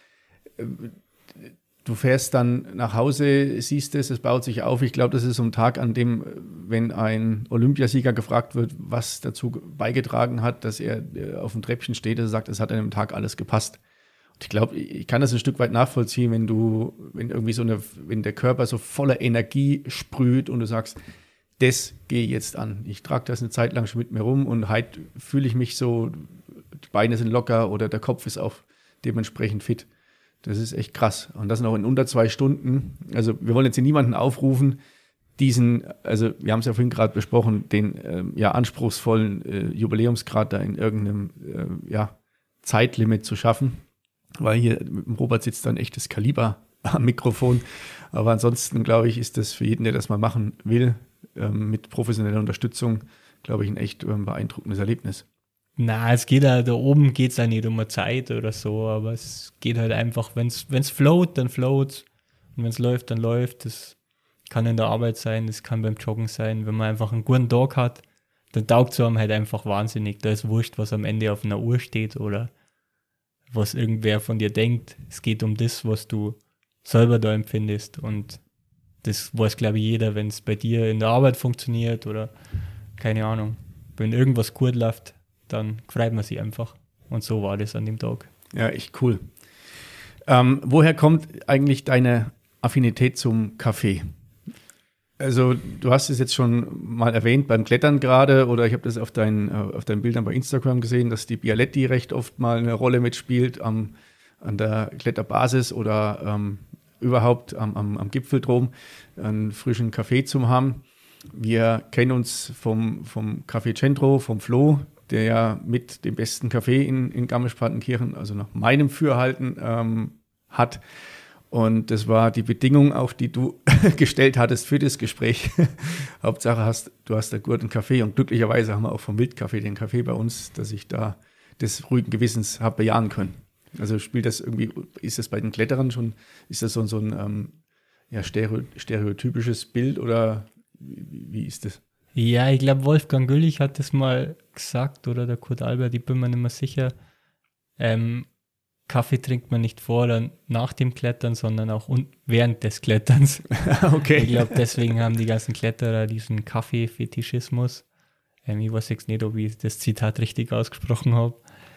du fährst dann nach Hause, siehst es baut sich auf. Ich glaube, das ist so ein Tag, an dem, wenn ein Olympiasieger gefragt wird, was dazu beigetragen hat, dass er auf dem Treppchen steht, dass er sagt, es hat an dem Tag alles gepasst. Und ich glaube, ich kann das ein Stück weit nachvollziehen, wenn der Körper so voller Energie sprüht und du sagst, das gehe ich jetzt an. Ich trage das eine Zeit lang schon mit mir rum und heute fühle ich mich so, die Beine sind locker oder der Kopf ist auch dementsprechend fit. Das ist echt krass. Und das noch in unter 2 Stunden. Also wir wollen jetzt hier niemanden aufrufen, also wir haben es ja vorhin gerade besprochen, den anspruchsvollen Jubiläumsgrad da in irgendeinem Zeitlimit zu schaffen. Weil hier mit dem Robert sitzt da ein echtes Kaliber am Mikrofon. Aber ansonsten, glaube ich, ist das für jeden, der das mal machen will, mit professioneller Unterstützung, glaube ich, ein echt beeindruckendes Erlebnis. Na, es geht halt, da oben geht es ja nicht um eine Zeit oder so, aber es geht halt einfach, wenn es float, dann float. Und wenn es läuft, dann läuft. Das kann in der Arbeit sein, das kann beim Joggen sein. Wenn man einfach einen guten Tag hat, dann taugt es einem halt einfach wahnsinnig. Da ist wurscht, was am Ende auf einer Uhr steht oder was irgendwer von dir denkt. Es geht um das, was du selber da empfindest. Und das weiß, glaube ich, jeder, wenn es bei dir in der Arbeit funktioniert oder keine Ahnung, wenn irgendwas gut läuft, dann freut man sich einfach. Und so war das an dem Tag. Ja, echt cool. Woher kommt eigentlich deine Affinität zum Kaffee? Also du hast es jetzt schon mal erwähnt beim Klettern gerade oder ich habe das auf deinen Bildern bei Instagram gesehen, dass die Bialetti recht oft mal eine Rolle mitspielt an der Kletterbasis oder überhaupt am Gipfel drum einen frischen Kaffee zu haben. Wir kennen uns vom Café Centro, vom Flo, der ja mit dem besten Kaffee in Garmisch-Partenkirchen, also nach meinem Fürhalten, hat. Und das war die Bedingung, auf die du gestellt hattest für das Gespräch. Hauptsache du hast da guten Kaffee und glücklicherweise haben wir auch vom Wildkaffee den Kaffee bei uns, dass ich da des ruhigen Gewissens habe bejahen können. Also spielt das irgendwie, ist das bei den Kletterern schon, ist das so ein stereotypisches Bild oder wie ist das? Ja, ich glaube, Wolfgang Güllich hat das mal gesagt oder der Kurt Albert, ich bin mir nicht mehr sicher. Kaffee trinkt man nicht vor oder nach dem Klettern, sondern auch während des Kletterns. Okay. Ich glaube, deswegen haben die ganzen Kletterer diesen Kaffee-Fetischismus. Ich weiß jetzt nicht, ob ich das Zitat richtig ausgesprochen habe.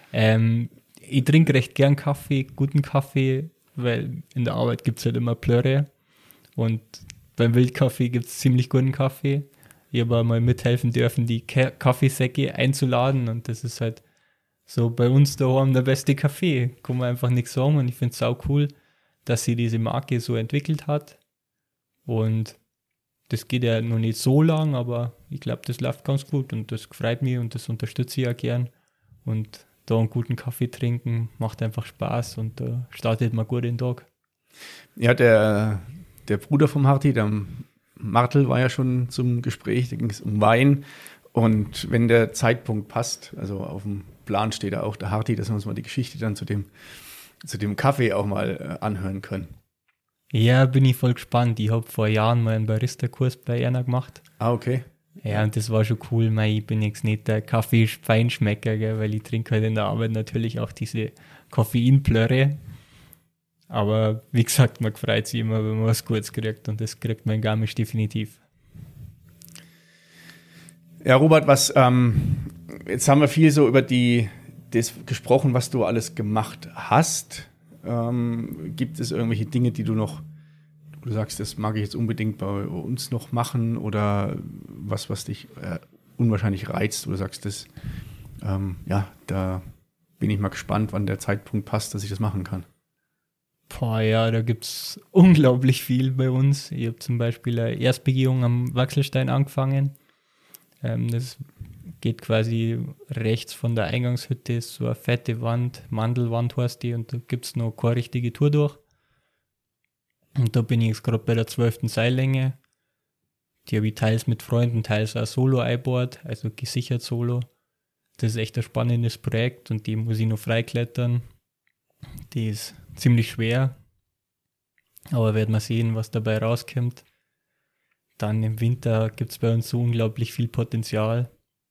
Ich trinke recht gern Kaffee, guten Kaffee, weil in der Arbeit gibt es halt immer Plörre und beim Wildkaffee gibt es ziemlich guten Kaffee. Ich habe auch mal mithelfen dürfen, die Kaffeesäcke einzuladen und das ist halt so bei uns daheim der beste Kaffee. Kann man einfach nichts sagen und ich finde es sau cool, dass sie diese Marke so entwickelt hat und das geht ja noch nicht so lang, aber ich glaube, das läuft ganz gut und das freut mich und das unterstütze ich ja gern und da einen guten Kaffee trinken macht einfach Spaß und da startet man gut den Tag. Ja, der Bruder vom Harti, der Martel, war ja schon zum Gespräch, da ging es um Wein und wenn der Zeitpunkt passt, also auf dem Plan steht da auch der Harti, dass wir uns mal die Geschichte dann zu dem Kaffee auch mal anhören können. Ja, bin ich voll gespannt. Ich habe vor Jahren mal einen Barista-Kurs bei Erna gemacht. Ah, okay. Ja, und das war schon cool. Ich bin jetzt nicht der Kaffee-Feinschmecker, gell, weil ich trinke halt in der Arbeit natürlich auch diese Koffeinplörre. Aber wie gesagt, man freut sich immer, wenn man was Gutes kriegt und das kriegt man in Garmisch definitiv. Ja, Robert, jetzt haben wir viel so über das gesprochen, was du alles gemacht hast. Gibt es irgendwelche Dinge, die du sagst, das mag ich jetzt unbedingt bei uns noch machen oder was dich unwahrscheinlich reizt, wo du sagst, da bin ich mal gespannt, wann der Zeitpunkt passt, dass ich das machen kann. Boah, ja, da gibt es unglaublich viel bei uns. Ich habe zum Beispiel eine Erstbegehung am Wachselstein angefangen. Das geht quasi rechts von der Eingangshütte, ist so eine fette Wand, Mandelwand heißt die, und da gibt es noch keine richtige Tour durch. Und da bin ich jetzt gerade bei der 12. Seillänge. Die habe ich teils mit Freunden, teils auch solo eingebaut, also gesichert solo. Das ist echt ein spannendes Projekt und die muss ich noch freiklettern. Die ist ziemlich schwer, aber werden wir sehen, was dabei rauskommt. Dann im Winter gibt es bei uns so unglaublich viel Potenzial.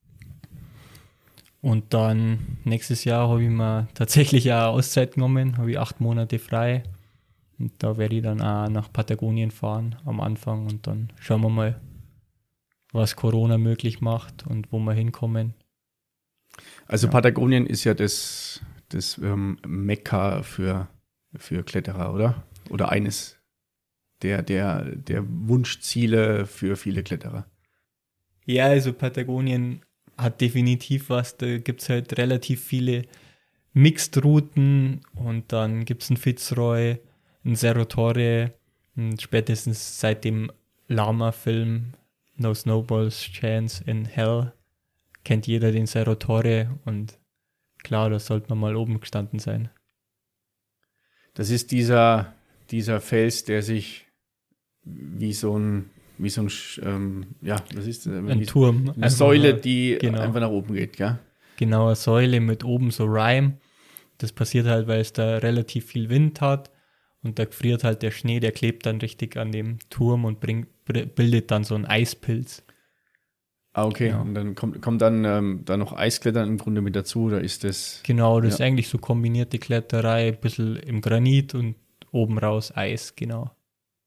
Und dann nächstes Jahr habe ich mir tatsächlich auch eine Auszeit genommen, habe ich 8 Monate frei. Und da werde ich dann auch nach Patagonien fahren am Anfang und dann schauen wir mal, was Corona möglich macht und wo wir hinkommen. Also Patagonien ist ja das Mekka für Kletterer, oder? Oder eines der Wunschziele für viele Kletterer. Ja, also Patagonien hat definitiv was. Da gibt es halt relativ viele Mixed-Routen und dann gibt es einen Fitzroy, einen Cerro Torre und spätestens seit dem Lama-Film No Snowball's Chance in Hell kennt jeder den Cerro Torre und klar, da sollte man mal oben gestanden sein. Das ist dieser Fels, der sich wie so ein was ist das? Ein Turm. Eine Säule, die genau. einfach nach oben geht, gell? Genau, eine Säule mit oben so Rime. Das passiert halt, weil es da relativ viel Wind hat und da friert halt der Schnee, der klebt dann richtig an dem Turm und bildet dann so einen Eispilz. Ah, okay. Genau. Und dann kommt dann noch Eisklettern im Grunde mit dazu, oder ist das? Genau, das ist eigentlich so kombinierte Kletterei, ein bisschen im Granit und oben raus Eis, genau.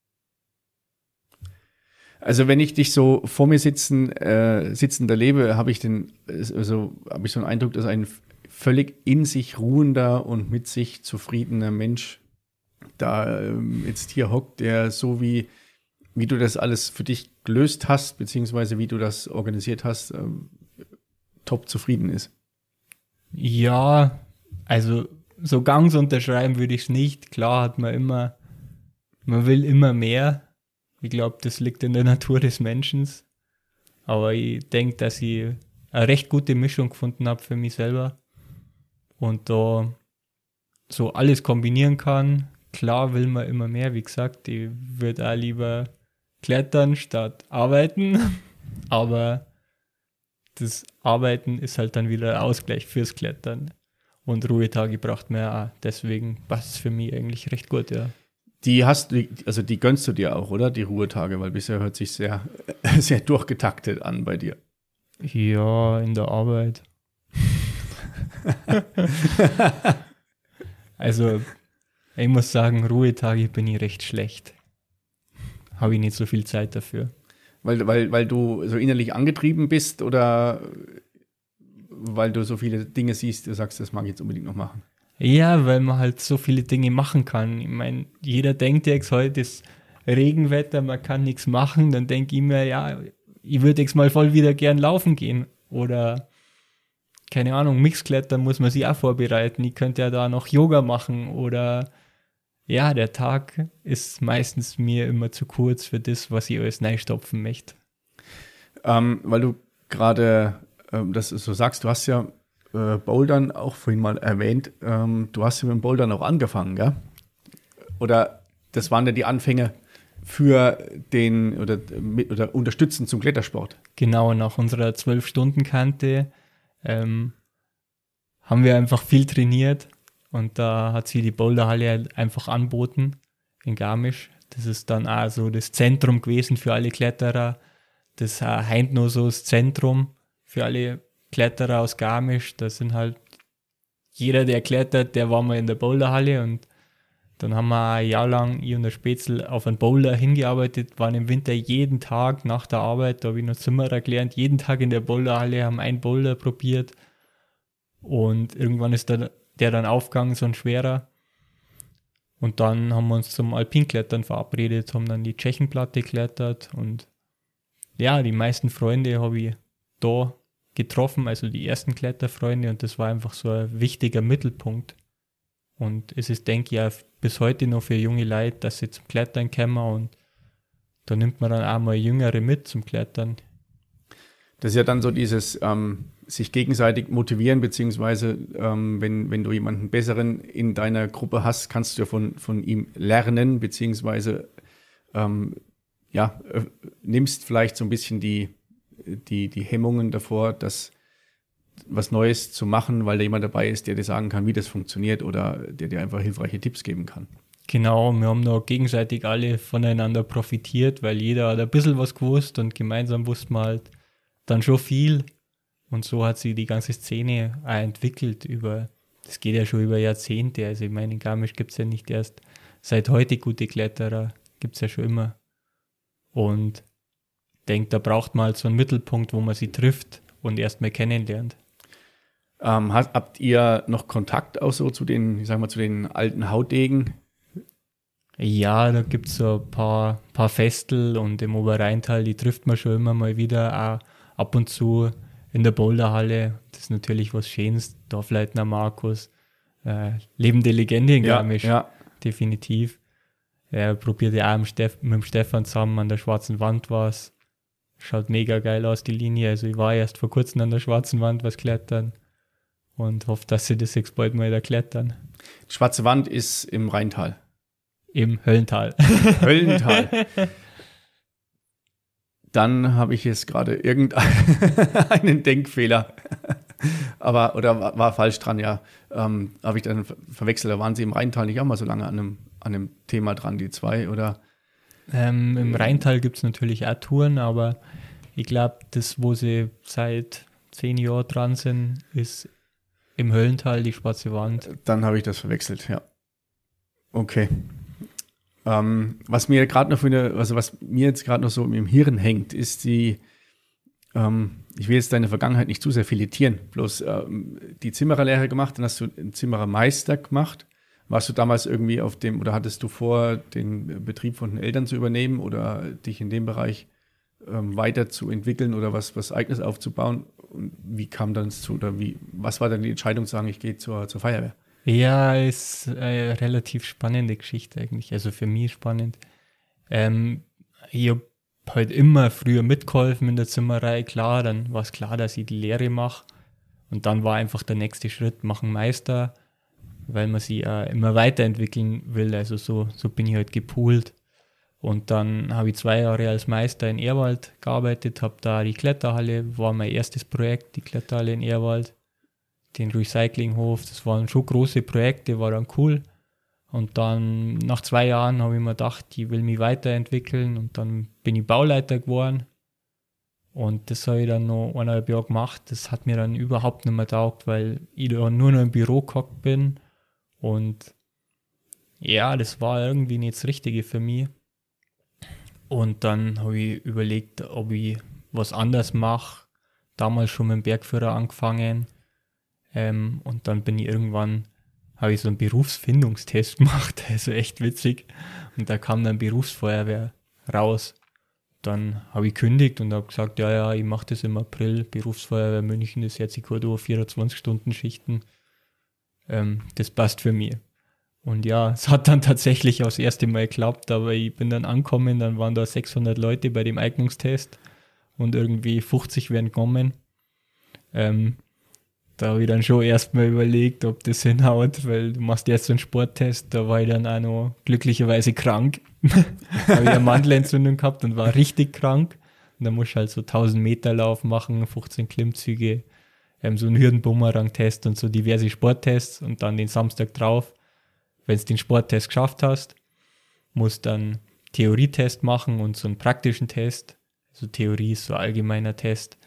Also wenn ich dich so vor mir sitzend erlebe, habe ich so einen Eindruck, dass ein völlig in sich ruhender und mit sich zufriedener Mensch da jetzt hier hockt, der so wie du das alles für dich gelöst hast, beziehungsweise wie du das organisiert hast, top zufrieden ist. Ja, also so ganz unterschreiben würde ich es nicht. Klar hat man will immer mehr. Ich glaube, das liegt in der Natur des Menschen. Aber ich denke, dass ich eine recht gute Mischung gefunden habe für mich selber. Und da so alles kombinieren kann. Klar will man immer mehr. Wie gesagt, ich würde auch lieber klettern statt arbeiten. Aber das Arbeiten ist halt dann wieder ein Ausgleich fürs Klettern. Und Ruhetage braucht man ja auch. Deswegen passt es für mich eigentlich recht gut, ja. Die gönnst du dir auch, oder? Die Ruhetage, weil bisher hört sich sehr, sehr durchgetaktet an bei dir. Ja, in der Arbeit. Also, ich muss sagen, Ruhetage bin ich recht schlecht. Habe ich nicht so viel Zeit dafür. Weil du so innerlich angetrieben bist oder weil du so viele Dinge siehst, du sagst, das mag ich jetzt unbedingt noch machen? Ja, weil man halt so viele Dinge machen kann. Ich meine, jeder denkt jetzt, heute ist Regenwetter, man kann nichts machen. Dann denke ich mir, ja, ich würde jetzt mal voll wieder gern laufen gehen. Oder, keine Ahnung, Mixklettern muss man sich auch vorbereiten. Ich könnte ja da noch Yoga machen. Oder, ja, der Tag ist meistens mir immer zu kurz für das, was ich alles reinstopfen möchte. Weil du gerade das so sagst, du hast ja Bouldern auch vorhin mal erwähnt. Du hast ja mit dem Bouldern auch angefangen, gell? Oder das waren ja die Anfänge für den oder unterstützend zum Klettersport. Genau, nach unserer 12-Stunden-Kante haben wir einfach viel trainiert und da hat sie die Boulderhalle halt einfach angeboten in Garmisch. Das ist dann auch so das Zentrum gewesen für alle Kletterer. Das ist heute noch so das Zentrum für alle Kletterer aus Garmisch. Da sind halt jeder, der klettert, der war mal in der Boulderhalle und dann haben wir ein Jahr lang, ich und der Spätzl, auf einen Boulder hingearbeitet, waren im Winter jeden Tag nach der Arbeit, da habe ich noch Zimmerer gelernt, jeden Tag in der Boulderhalle, haben einen Boulder probiert und irgendwann ist der dann aufgegangen, so ein schwerer. Und dann haben wir uns zum Alpinklettern verabredet, haben dann die Tschechenplatte geklettert und ja, die meisten Freunde habe ich da getroffen, also die ersten Kletterfreunde und das war einfach so ein wichtiger Mittelpunkt. Und es ist, denke ich, auch bis heute noch für junge Leute, dass sie zum Klettern kommen und da nimmt man dann auch mal Jüngere mit zum Klettern. Das ist ja dann so dieses sich gegenseitig motivieren, beziehungsweise wenn du jemanden Besseren in deiner Gruppe hast, kannst du ja von ihm lernen, beziehungsweise nimmst vielleicht so ein bisschen die Hemmungen davor, das was Neues zu machen, weil da jemand dabei ist, der dir sagen kann, wie das funktioniert oder der dir einfach hilfreiche Tipps geben kann. Genau, wir haben noch gegenseitig alle voneinander profitiert, weil jeder hat ein bisschen was gewusst und gemeinsam wussten wir halt dann schon viel. Und so hat sich die ganze Szene auch entwickelt das geht ja schon über Jahrzehnte. Also ich meine, in Garmisch gibt es ja nicht erst seit heute gute Kletterer, gibt es ja schon immer. Und ich denke, da braucht man halt so einen Mittelpunkt, wo man sie trifft und erstmal kennenlernt. Habt ihr noch Kontakt auch so zu den, ich sag mal, zu den alten Hautdegen? Ja, da gibt es so ein paar Festel und im Oberrheintal, die trifft man schon immer mal wieder, auch ab und zu in der Boulderhalle. Das ist natürlich was Schönes, Dorfleitner Markus, lebende Legende in Garmisch, definitiv. Er probiert ja auch mit dem Stefan zusammen an der Schwarzen Wand was. Schaut mega geil aus, die Linie. Also ich war erst vor kurzem an der Schwarzen Wand was klettern und hoffe, dass sie das jetzt bald mal da klettern. Die Schwarze Wand ist im Rheintal. Im Höllental. Höllental. Dann habe ich jetzt gerade irgendeinen Denkfehler. Oder war falsch dran, ja. Habe ich dann verwechselt. Da waren sie im Rheintal nicht auch mal so lange an einem Thema dran, die zwei, oder? Im Rheintal gibt es natürlich auch Touren, aber ich glaube, das, wo sie seit 10 Jahren dran sind, ist im Höllental die Schwarze Wand. Dann habe ich das verwechselt, ja. Okay. Was mir jetzt gerade noch so im Hirn hängt, ist ich will jetzt deine Vergangenheit nicht zu sehr filetieren, bloß die Zimmererlehre gemacht, dann hast du einen Zimmerermeister gemacht. Warst du damals irgendwie oder hattest du vor, den Betrieb von den Eltern zu übernehmen oder dich in dem Bereich weiterzuentwickeln oder was Eigenes aufzubauen? Und wie kam dann dazu was war dann die Entscheidung zu sagen, ich gehe zur Feuerwehr? Ja, ist eine relativ spannende Geschichte eigentlich, also für mich spannend. Ich habe halt immer früher mitgeholfen in der Zimmerei, klar, dann war es klar, dass ich die Lehre mache und dann war einfach der nächste Schritt, machen Meister, weil man sich immer weiterentwickeln will, also so bin ich halt gepoolt. Und dann habe ich 2 Jahre als Meister in Ehrwald gearbeitet, habe da die Kletterhalle, war mein erstes Projekt, die Kletterhalle in Ehrwald, den Recyclinghof, das waren schon große Projekte, war dann cool. Und dann nach 2 Jahren habe ich mir gedacht, ich will mich weiterentwickeln und dann bin ich Bauleiter geworden. Und das habe ich dann noch 1,5 Jahre gemacht. Das hat mir dann überhaupt nicht mehr getaugt, weil ich da nur noch im Büro gehockt bin. Und ja, das war irgendwie nicht das Richtige für mich. Und dann habe ich überlegt, ob ich was anderes mache. Damals schon mit dem Bergführer angefangen. Und dann habe ich so einen Berufsfindungstest gemacht, also echt witzig. Und da kam dann Berufsfeuerwehr raus. Dann habe ich gekündigt und habe gesagt, ja, ich mache das im April. Berufsfeuerwehr München, das jetzt ich 24-Stunden-Schichten. Das passt für mich. Und ja, es hat dann tatsächlich auch das erste Mal geklappt, aber ich bin dann angekommen, dann waren da 600 Leute bei dem Eignungstest und irgendwie 50 werden genommen. Da habe ich dann schon erstmal überlegt, ob das hinhaut, weil du machst jetzt so einen Sporttest, da war ich dann auch noch glücklicherweise krank. Habe ich eine Mandelentzündung gehabt und war richtig krank. Und dann musst du halt so 1000 Meter Lauf machen, 15 Klimmzüge, so einen Hürdenbumerang-Test und so diverse Sporttests und dann den Samstag drauf. Wenn du den Sporttest geschafft hast, musst dann Theorietest machen und so einen praktischen Test. Also Theorie ist so ein allgemeiner Test.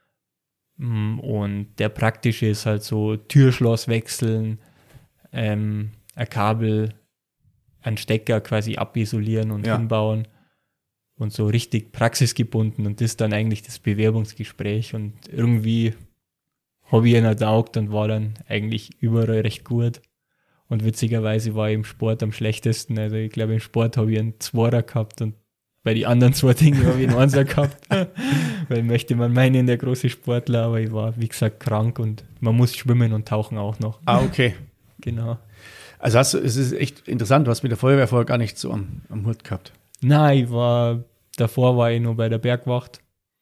Und der praktische ist halt so Türschloss wechseln, ein Kabel, einen Stecker quasi abisolieren und hinbauen und so richtig praxisgebunden. Und das ist dann eigentlich das Bewerbungsgespräch. Und irgendwie habe ich ihn getaugt und war dann eigentlich überall recht gut. Und witzigerweise war ich im Sport am schlechtesten. Also ich glaube, im Sport habe ich einen Zweiter gehabt und bei den anderen 2 Dingen habe ich einen Einser gehabt. Weil möchte man meinen, der große Sportler, aber ich war, wie gesagt, krank und man muss schwimmen und tauchen auch noch. Ah, okay. Genau. Also es ist echt interessant, du hast mit der Feuerwehr vorher gar nicht so am Hut gehabt. Nein, davor war ich nur bei der Bergwacht.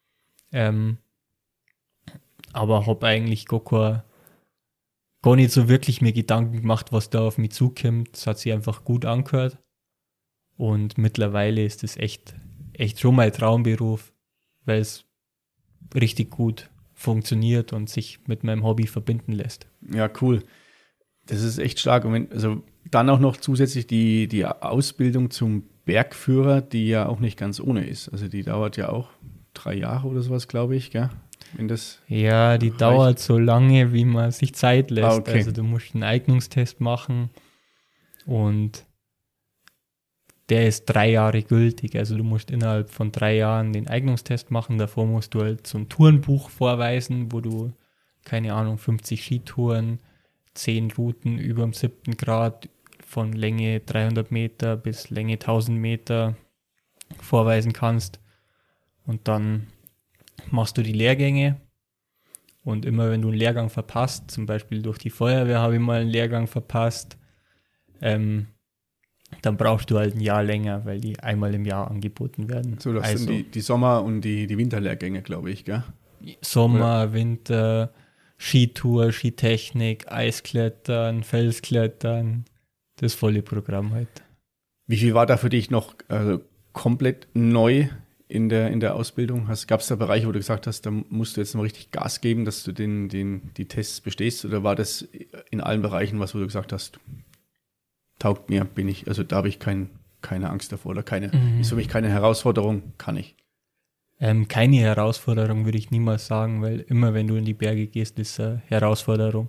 Aber habe eigentlich gar nicht so wirklich mir Gedanken gemacht, was da auf mich zukommt. Es hat sich einfach gut angehört. Und mittlerweile ist es echt echt schon mein Traumberuf, weil es richtig gut funktioniert und sich mit meinem Hobby verbinden lässt. Ja, cool. Das ist echt stark. Und also dann auch noch zusätzlich die Ausbildung zum Bergführer, die ja auch nicht ganz ohne ist. Also die dauert ja auch 3 Jahre oder sowas, glaube ich, gell? Wenn das Ja, die reicht. dauert so lange, wie man sich Zeit lässt. Okay. Also du musst einen Eignungstest machen und der ist 3 Jahre gültig. Also du musst innerhalb von 3 Jahren den Eignungstest machen. Davor musst du halt so ein Tourenbuch vorweisen, wo du, keine Ahnung, 50 Skitouren, 10 Routen über dem 7. Grad von Länge 300 Meter bis Länge 1000 Meter vorweisen kannst. Und dann machst du die Lehrgänge und immer wenn du einen Lehrgang verpasst, zum Beispiel durch die Feuerwehr habe ich mal einen Lehrgang verpasst, dann brauchst du halt ein Jahr länger, weil die einmal im Jahr angeboten werden. So, das also sind die Sommer- und die Winterlehrgänge, glaube ich, gell? Sommer, Winter, Skitour, Skitechnik, Eisklettern, Felsklettern, das volle Programm halt. Wie viel war da für dich noch komplett neu in der Ausbildung? Gab es da Bereiche, wo du gesagt hast, da musst du jetzt noch richtig Gas geben, dass du die Tests bestehst? Oder war das in allen Bereichen was, wo du gesagt hast, taugt mir, da habe ich keine Angst davor oder ist für mich keine Herausforderung, kann ich? Keine Herausforderung würde ich niemals sagen, weil immer wenn du in die Berge gehst, ist eine Herausforderung.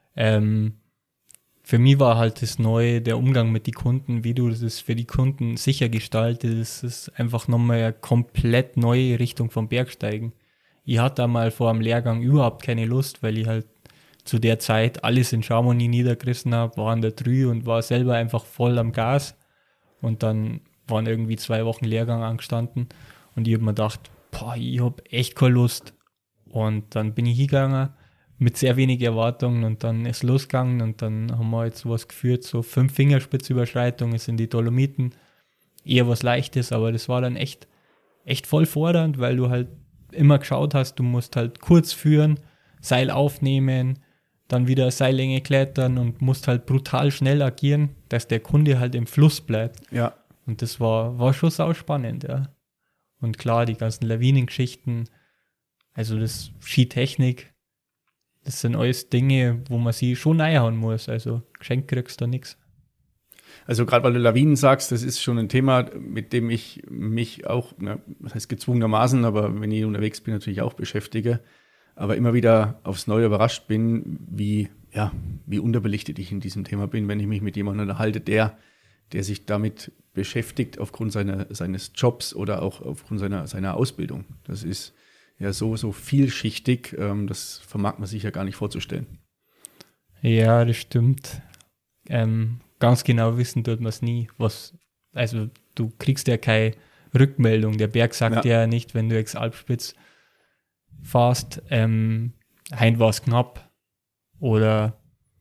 Für mich war halt das Neue, der Umgang mit den Kunden, wie du das für die Kunden sicher gestaltet, das ist einfach nochmal eine komplett neue Richtung vom Bergsteigen. Ich hatte einmal vor dem Lehrgang überhaupt keine Lust, weil ich halt zu der Zeit alles in Chamonix niedergerissen habe, war an der Trü und war selber einfach voll am Gas. Und dann waren irgendwie 2 Wochen Lehrgang angestanden und ich habe mir gedacht, ich habe echt keine Lust. Und dann bin ich hingegangen mit sehr wenig Erwartungen und dann ist losgegangen und dann haben wir jetzt sowas geführt, so 5 Fingerspitzüberschreitungen, es sind die Dolomiten, eher was Leichtes, aber das war dann echt voll fordernd, weil du halt immer geschaut hast, du musst halt kurz führen, Seil aufnehmen, dann wieder Seillänge klettern und musst halt brutal schnell agieren, dass der Kunde halt im Fluss bleibt. Ja. Und das war schon sauspannend, ja. Und klar, die ganzen Lawinengeschichten, also das Skitechnik, das sind alles Dinge, wo man sie schon reinhauen muss. Also geschenkt kriegst du nichts. Also gerade weil du Lawinen sagst, das ist schon ein Thema, mit dem ich mich auch, das heißt gezwungenermaßen, aber wenn ich unterwegs bin, natürlich auch beschäftige, aber immer wieder aufs Neue überrascht bin, wie unterbelichtet ich in diesem Thema bin, wenn ich mich mit jemandem unterhalte, der sich damit beschäftigt aufgrund seines Jobs oder auch aufgrund seiner Ausbildung. Das ist ja so vielschichtig, das vermag man sich ja gar nicht vorzustellen. Ja, das stimmt. Ganz genau wissen tut man es nie. Also du kriegst ja keine Rückmeldung. Der Berg sagt ja nicht, wenn du Ex-Alpspitz fährst, heim war es knapp. Oder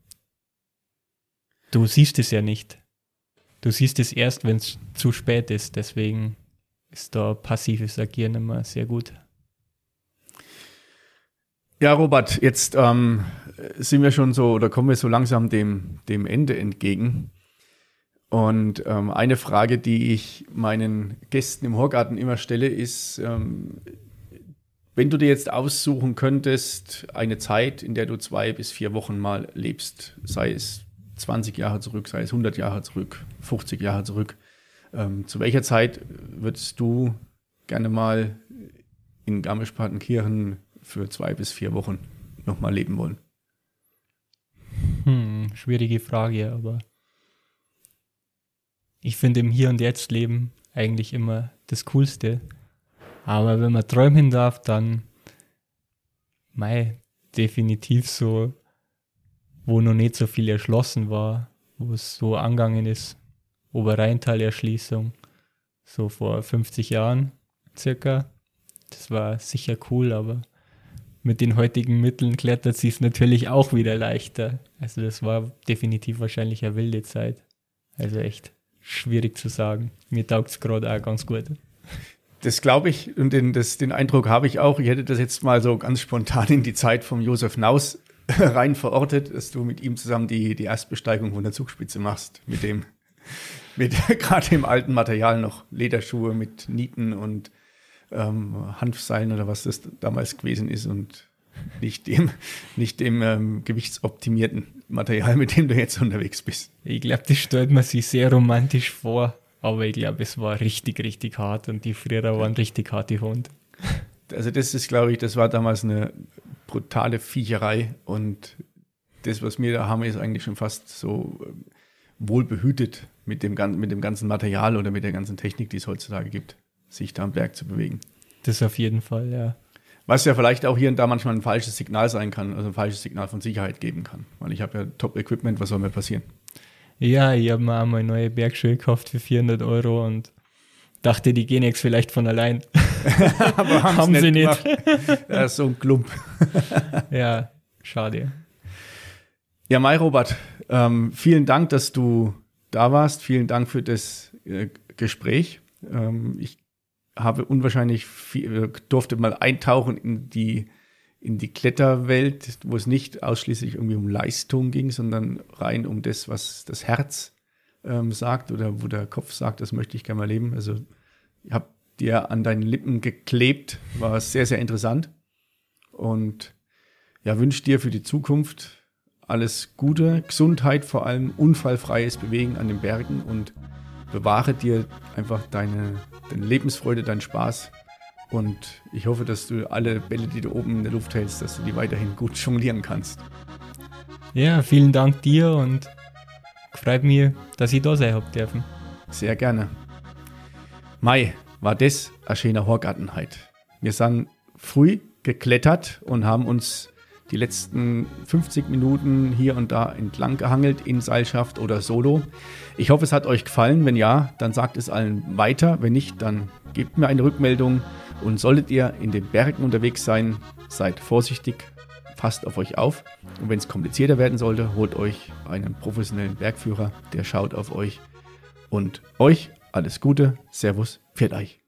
du siehst es ja nicht. Du siehst es erst, wenn es zu spät ist. Deswegen ist da passives Agieren immer sehr gut. Ja, Robert, jetzt sind wir schon so oder kommen wir so langsam dem Ende entgegen. Und eine Frage, die ich meinen Gästen im Horgarten immer stelle, ist, wenn du dir jetzt aussuchen könntest, eine Zeit, in der du 2 bis 4 Wochen mal lebst, sei es 20 Jahre zurück, sei es 100 Jahre zurück, 50 Jahre zurück, zu welcher Zeit würdest du gerne mal in Garmisch-Partenkirchen für 2 bis 4 Wochen nochmal leben wollen? Schwierige Frage, aber ich finde im Hier und Jetzt leben eigentlich immer das Coolste. Aber wenn man träumen darf, dann definitiv so, wo noch nicht so viel erschlossen war, wo es so angegangen ist, Oberrheintal-Erschließung, so vor 50 Jahren circa. Das war sicher cool, aber mit den heutigen Mitteln klettert sie es natürlich auch wieder leichter. Also das war definitiv wahrscheinlich eine wilde Zeit. Also echt schwierig zu sagen. Mir taugt es gerade auch ganz gut. Das glaube ich und den Eindruck habe ich auch. Ich hätte das jetzt mal so ganz spontan in die Zeit vom Josef Naus rein verortet, dass du mit ihm zusammen die Erstbesteigung von der Zugspitze machst. Mit dem mit gerade im alten Material noch Lederschuhe mit Nieten und Hanfseilen oder was das damals gewesen ist und nicht dem gewichtsoptimierten Material, mit dem du jetzt unterwegs bist. Ich glaube, das stellt man sich sehr romantisch vor, aber ich glaube, es war richtig, richtig hart und die Frierer waren richtig harte Hunde. Also das ist, glaube ich, das war damals eine brutale Viecherei und das, was wir da haben, ist eigentlich schon fast so wohlbehütet mit dem ganzen Material oder mit der ganzen Technik, die es heutzutage gibt, sich da am Berg zu bewegen. Das auf jeden Fall, ja. Was ja vielleicht auch hier und da manchmal ein falsches Signal sein kann, also ein falsches Signal von Sicherheit geben kann. Weil ich habe ja Top-Equipment, was soll mir passieren? Ja, ich habe mir einmal neue Bergschuhe gekauft für 400 € und dachte, die gehen jetzt vielleicht von allein. Aber haben sie nicht. Ja, so ein Klump. Ja, schade. Ja, Mai Robert, vielen Dank, dass du da warst. Vielen Dank für das Gespräch. Ich habe unwahrscheinlich durfte mal eintauchen in die Kletterwelt, wo es nicht ausschließlich irgendwie um Leistung ging, sondern rein um das, was das Herz sagt oder wo der Kopf sagt, das möchte ich gerne mal leben. Also ich habe dir an deinen Lippen geklebt, war sehr, sehr interessant und ja, wünsche dir für die Zukunft alles Gute, Gesundheit, vor allem unfallfreies Bewegen an den Bergen und bewahre dir einfach deine Lebensfreude, deinen Spaß. Und ich hoffe, dass du alle Bälle, die du oben in der Luft hältst, dass du die weiterhin gut jonglieren kannst. Ja, vielen Dank dir und freut mich, dass ich da sein habe dürfen. Sehr gerne. Mai, war das ein schöner Horgarten heute. Wir sind früh geklettert und haben uns die letzten 50 Minuten hier und da entlang gehangelt in Seilschaft oder Solo. Ich hoffe, es hat euch gefallen. Wenn ja, dann sagt es allen weiter. Wenn nicht, dann gebt mir eine Rückmeldung. Und solltet ihr in den Bergen unterwegs sein, seid vorsichtig, passt auf euch auf. Und wenn es komplizierter werden sollte, holt euch einen professionellen Bergführer, der schaut auf euch. Und euch alles Gute, Servus, pfiat euch.